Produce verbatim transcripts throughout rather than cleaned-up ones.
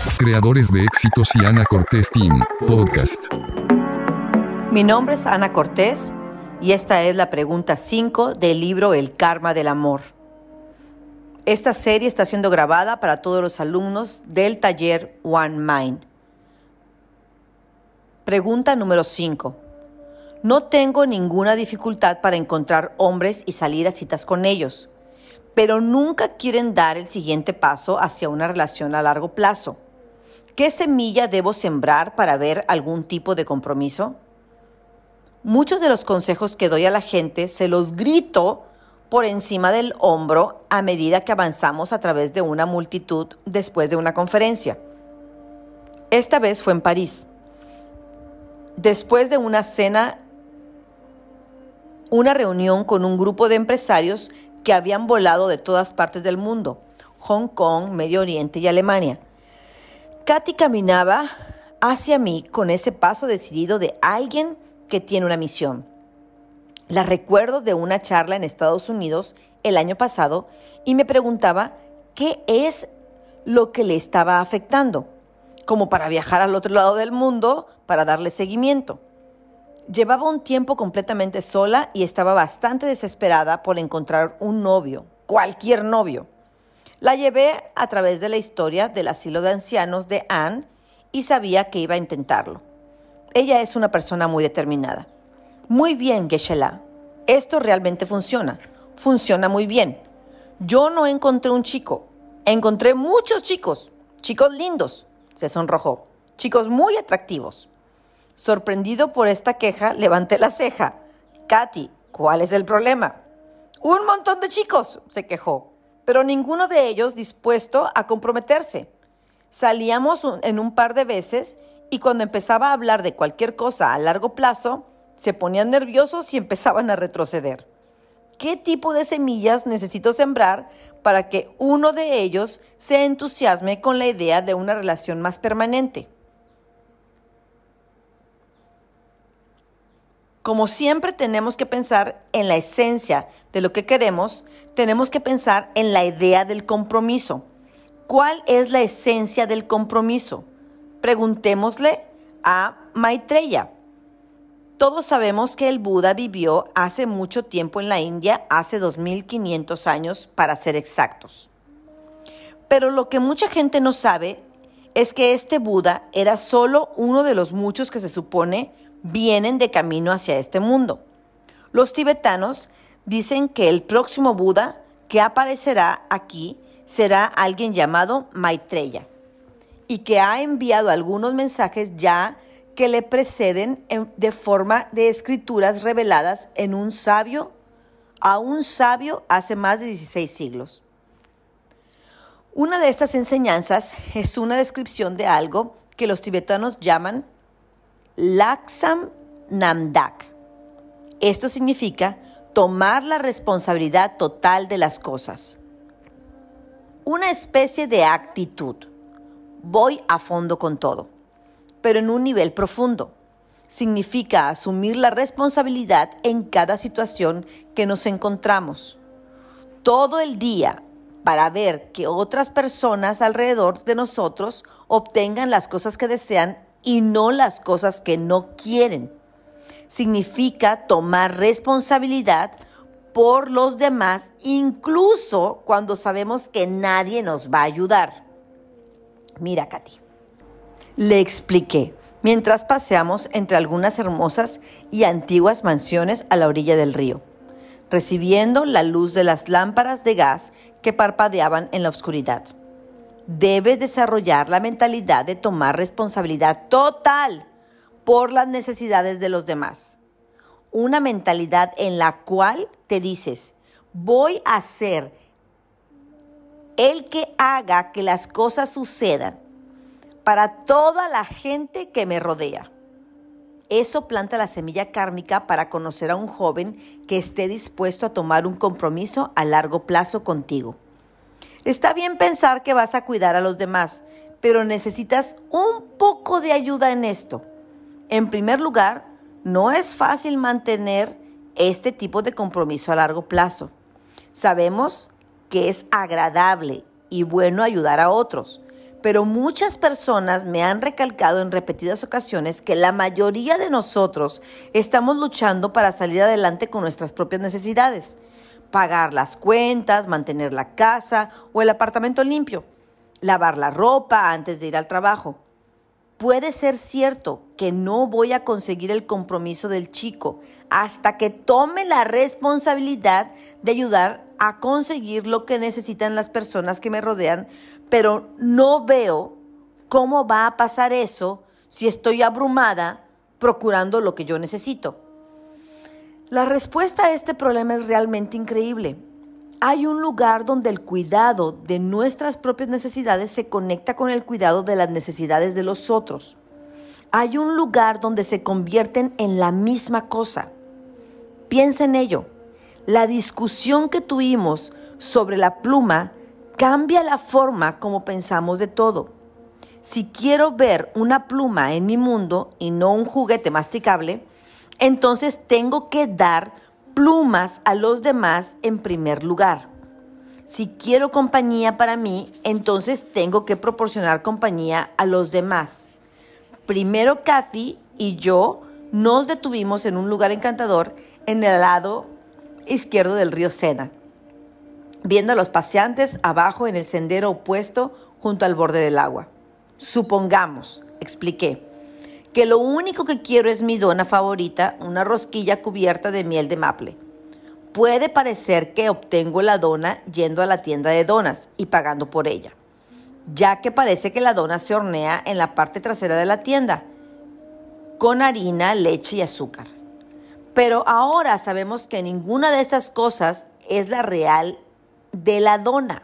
Creadores de éxitos y Ana Cortés Team Podcast. Mi nombre es Ana Cortés y esta es la pregunta cinco del libro El Karma del Amor. Esta serie está siendo grabada para todos los alumnos del taller One Mind. Pregunta número cinco. No tengo ninguna dificultad para encontrar hombres y salir a citas con ellos, pero nunca quieren dar el siguiente paso hacia una relación a largo plazo. ¿Qué semilla debo sembrar para ver algún tipo de compromiso? Muchos de los consejos que doy a la gente se los grito por encima del hombro a medida que avanzamos a través de una multitud después de una conferencia. Esta vez fue en París. Después de una cena, una reunión con un grupo de empresarios que habían volado de todas partes del mundo, Hong Kong, Medio Oriente y Alemania. Katy caminaba hacia mí con ese paso decidido de alguien que tiene una misión. La recuerdo de una charla en Estados Unidos el año pasado y me preguntaba qué es lo que le estaba afectando, como para viajar al otro lado del mundo para darle seguimiento. Llevaba un tiempo completamente sola y estaba bastante desesperada por encontrar un novio, cualquier novio. La llevé a través de la historia del asilo de ancianos de Anne y sabía que iba a intentarlo. Ella es una persona muy determinada. Muy bien, Geshe-la. Esto realmente funciona. Funciona muy bien. Yo no encontré un chico. Encontré muchos chicos. Chicos lindos. Se sonrojó. Chicos muy atractivos. Sorprendido por esta queja, levanté la ceja. Katy, ¿cuál es el problema? Un montón de chicos, se quejó, pero ninguno de ellos dispuesto a comprometerse. Salíamos un, en un par de veces y cuando empezaba a hablar de cualquier cosa a largo plazo, se ponían nerviosos y empezaban a retroceder. ¿Qué tipo de semillas necesito sembrar para que uno de ellos se entusiasme con la idea de una relación más permanente? Como siempre tenemos que pensar en la esencia de lo que queremos, tenemos que pensar en la idea del compromiso. ¿Cuál es la esencia del compromiso? Preguntémosle a Maitreya. Todos sabemos que el Buda vivió hace mucho tiempo en la India, hace dos mil quinientos años para ser exactos. Pero lo que mucha gente no sabe es que este Buda era solo uno de los muchos que se supone vienen de camino hacia este mundo. Los tibetanos dicen que el próximo Buda que aparecerá aquí será alguien llamado Maitreya y que ha enviado algunos mensajes ya que le preceden en, de forma de escrituras reveladas en un sabio, a un sabio hace más de dieciséis siglos. Una de estas enseñanzas es una descripción de algo que los tibetanos llaman Laksam Namdak. Esto significa tomar la responsabilidad total de las cosas. Una especie de actitud. Voy a fondo con todo, pero en un nivel profundo. Significa asumir la responsabilidad en cada situación que nos encontramos. Todo el día para ver que otras personas alrededor de nosotros obtengan las cosas que desean y no las cosas que no quieren. Significa tomar responsabilidad por los demás, incluso cuando sabemos que nadie nos va a ayudar. Mira, Katy, le expliqué mientras paseamos entre algunas hermosas y antiguas mansiones a la orilla del río, recibiendo la luz de las lámparas de gas que parpadeaban en la oscuridad. Debes desarrollar la mentalidad de tomar responsabilidad total por las necesidades de los demás. Una mentalidad en la cual te dices, voy a ser el que haga que las cosas sucedan para toda la gente que me rodea. Eso planta la semilla kármica para conocer a un joven que esté dispuesto a tomar un compromiso a largo plazo contigo. Está bien pensar que vas a cuidar a los demás, pero necesitas un poco de ayuda en esto. En primer lugar, no es fácil mantener este tipo de compromiso a largo plazo. Sabemos que es agradable y bueno ayudar a otros, Pero muchas personas me han recalcado en repetidas ocasiones que la mayoría de nosotros estamos luchando para salir adelante con nuestras propias necesidades. Pagar las cuentas, mantener la casa o el apartamento limpio, lavar la ropa antes de ir al trabajo. Puede ser cierto que no voy a conseguir el compromiso del chico hasta que tome la responsabilidad de ayudar a conseguir lo que necesitan las personas que me rodean, pero no veo cómo va a pasar eso si estoy abrumada procurando lo que yo necesito. La respuesta a este problema es realmente increíble. Hay un lugar donde el cuidado de nuestras propias necesidades se conecta con el cuidado de las necesidades de los otros. Hay un lugar donde se convierten en la misma cosa. Piensa en ello. La discusión que tuvimos sobre la pluma cambia la forma como pensamos de todo. Si quiero ver una pluma en mi mundo y no un juguete masticable, entonces tengo que dar plumas a los demás en primer lugar. Si quiero compañía para mí, entonces tengo que proporcionar compañía a los demás. Primero Kathy y yo nos detuvimos en un lugar encantador en el lado izquierdo del río Sena, viendo a los paseantes abajo en el sendero opuesto junto al borde del agua. Supongamos, expliqué, que lo único que quiero es mi dona favorita, una rosquilla cubierta de miel de maple. Puede parecer que obtengo la dona yendo a la tienda de donas y pagando por ella, ya que parece que la dona se hornea en la parte trasera de la tienda, con harina, leche y azúcar. Pero ahora sabemos que ninguna de estas cosas es la real de la dona.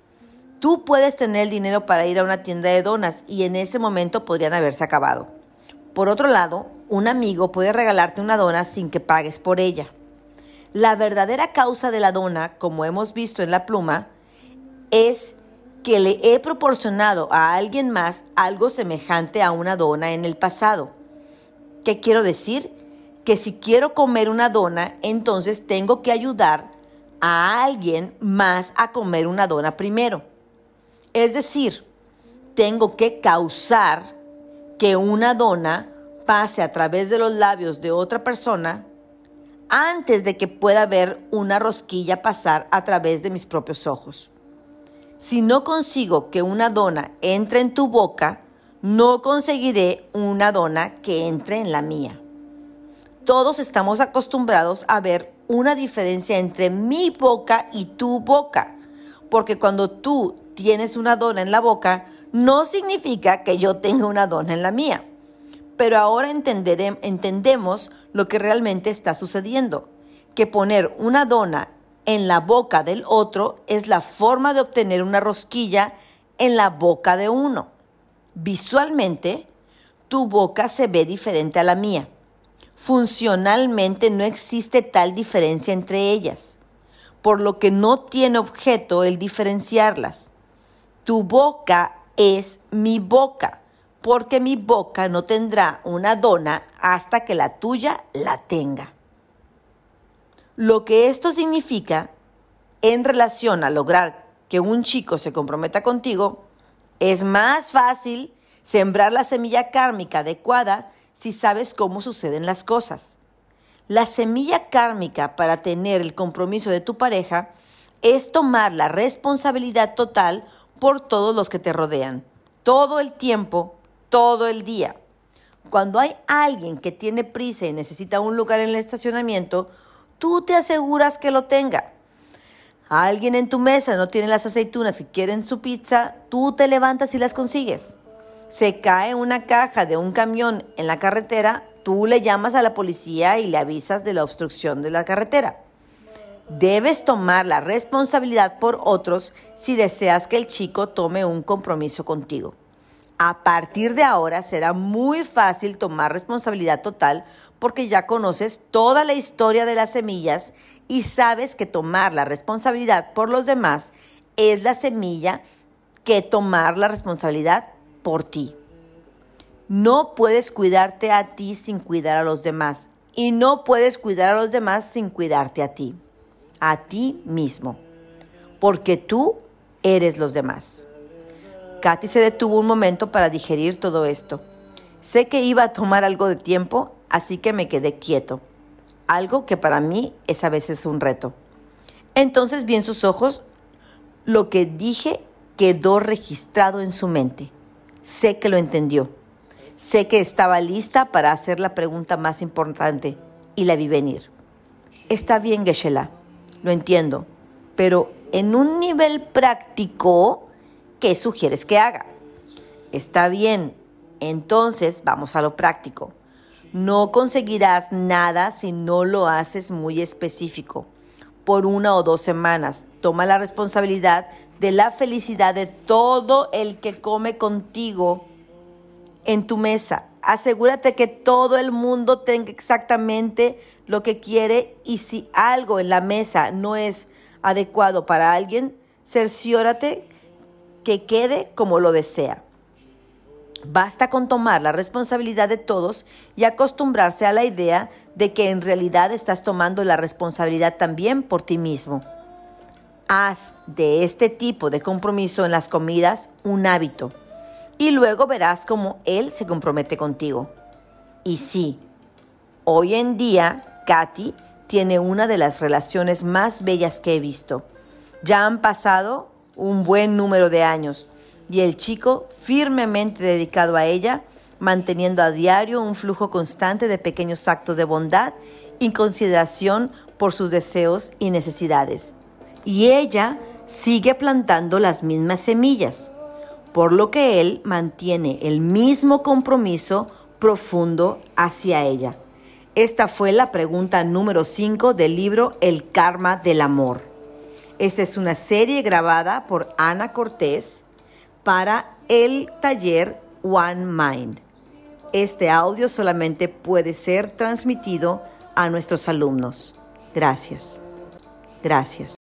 Tú puedes tener el dinero para ir a una tienda de donas y en ese momento podrían haberse acabado. Por otro lado, un amigo puede regalarte una dona sin que pagues por ella. La verdadera causa de la dona, como hemos visto en la pluma, es que le he proporcionado a alguien más algo semejante a una dona en el pasado. ¿Qué quiero decir? Que si quiero comer una dona, entonces tengo que ayudar a alguien más a comer una dona primero. Es decir, tengo que causar que una dona pase a través de los labios de otra persona antes de que pueda ver una rosquilla pasar a través de mis propios ojos. Si no consigo que una dona entre en tu boca, no conseguiré una dona que entre en la mía. Todos estamos acostumbrados a ver una diferencia entre mi boca y tu boca, porque cuando tú tienes una dona en la boca, no significa que yo tenga una dona en la mía. Pero ahora entenderé, entendemos lo que realmente está sucediendo, que poner una dona en la boca del otro es la forma de obtener una rosquilla en la boca de uno. Visualmente, tu boca se ve diferente a la mía. Funcionalmente no existe tal diferencia entre ellas, por lo que no tiene objeto el diferenciarlas. Tu boca es mi boca, porque mi boca no tendrá una dona hasta que la tuya la tenga. Lo que esto significa en relación a lograr que un chico se comprometa contigo, es más fácil sembrar la semilla kármica adecuada si sabes cómo suceden las cosas. La semilla kármica para tener el compromiso de tu pareja es tomar la responsabilidad total por todos los que te rodean, todo el tiempo, todo el día. Cuando hay alguien que tiene prisa y necesita un lugar en el estacionamiento, tú te aseguras que lo tenga. Alguien en tu mesa no tiene las aceitunas que quieren su pizza, tú te levantas y las consigues. Se cae una caja de un camión en la carretera, tú le llamas a la policía y le avisas de la obstrucción de la carretera. Debes tomar la responsabilidad por otros si deseas que el chico tome un compromiso contigo. A partir de ahora será muy fácil tomar responsabilidad total porque ya conoces toda la historia de las semillas y sabes que tomar la responsabilidad por los demás es la semilla que tomar la responsabilidad por ti. No puedes cuidarte a ti sin cuidar a los demás y no puedes cuidar a los demás sin cuidarte a ti, a ti mismo, porque tú eres los demás. Katy se detuvo un momento para digerir todo esto. Sé que iba a tomar algo de tiempo, así que me quedé quieto. Algo que para mí es a veces un reto. Entonces vi en sus ojos lo que dije quedó registrado en su mente. Sé que lo entendió. Sé que estaba lista para hacer la pregunta más importante y la vi venir. Está bien, Geshe-la, lo entiendo, pero en un nivel práctico, ¿qué sugieres que haga? Está bien, entonces vamos a lo práctico. No conseguirás nada si no lo haces muy específico. Por una o dos semanas, toma la responsabilidad de la felicidad de todo el que come contigo en tu mesa. Asegúrate que todo el mundo tenga exactamente lo que quiere y si algo en la mesa no es adecuado para alguien, cerciórate que quede como lo desea. Basta con tomar la responsabilidad de todos y acostumbrarse a la idea de que en realidad estás tomando la responsabilidad también por ti mismo. Haz de este tipo de compromiso en las comidas un hábito y luego verás cómo él se compromete contigo. Y sí, hoy en día Katy tiene una de las relaciones más bellas que he visto. Ya han pasado un buen número de años y el chico firmemente dedicado a ella, manteniendo a diario un flujo constante de pequeños actos de bondad y consideración por sus deseos y necesidades. Y ella sigue plantando las mismas semillas, por lo que él mantiene el mismo compromiso profundo hacia ella. Esta fue la pregunta número cinco del libro El Karma del Amor. Esta es una serie grabada por Ana Cortés para el taller One Mind. Este audio solamente puede ser transmitido a nuestros alumnos. Gracias. Gracias.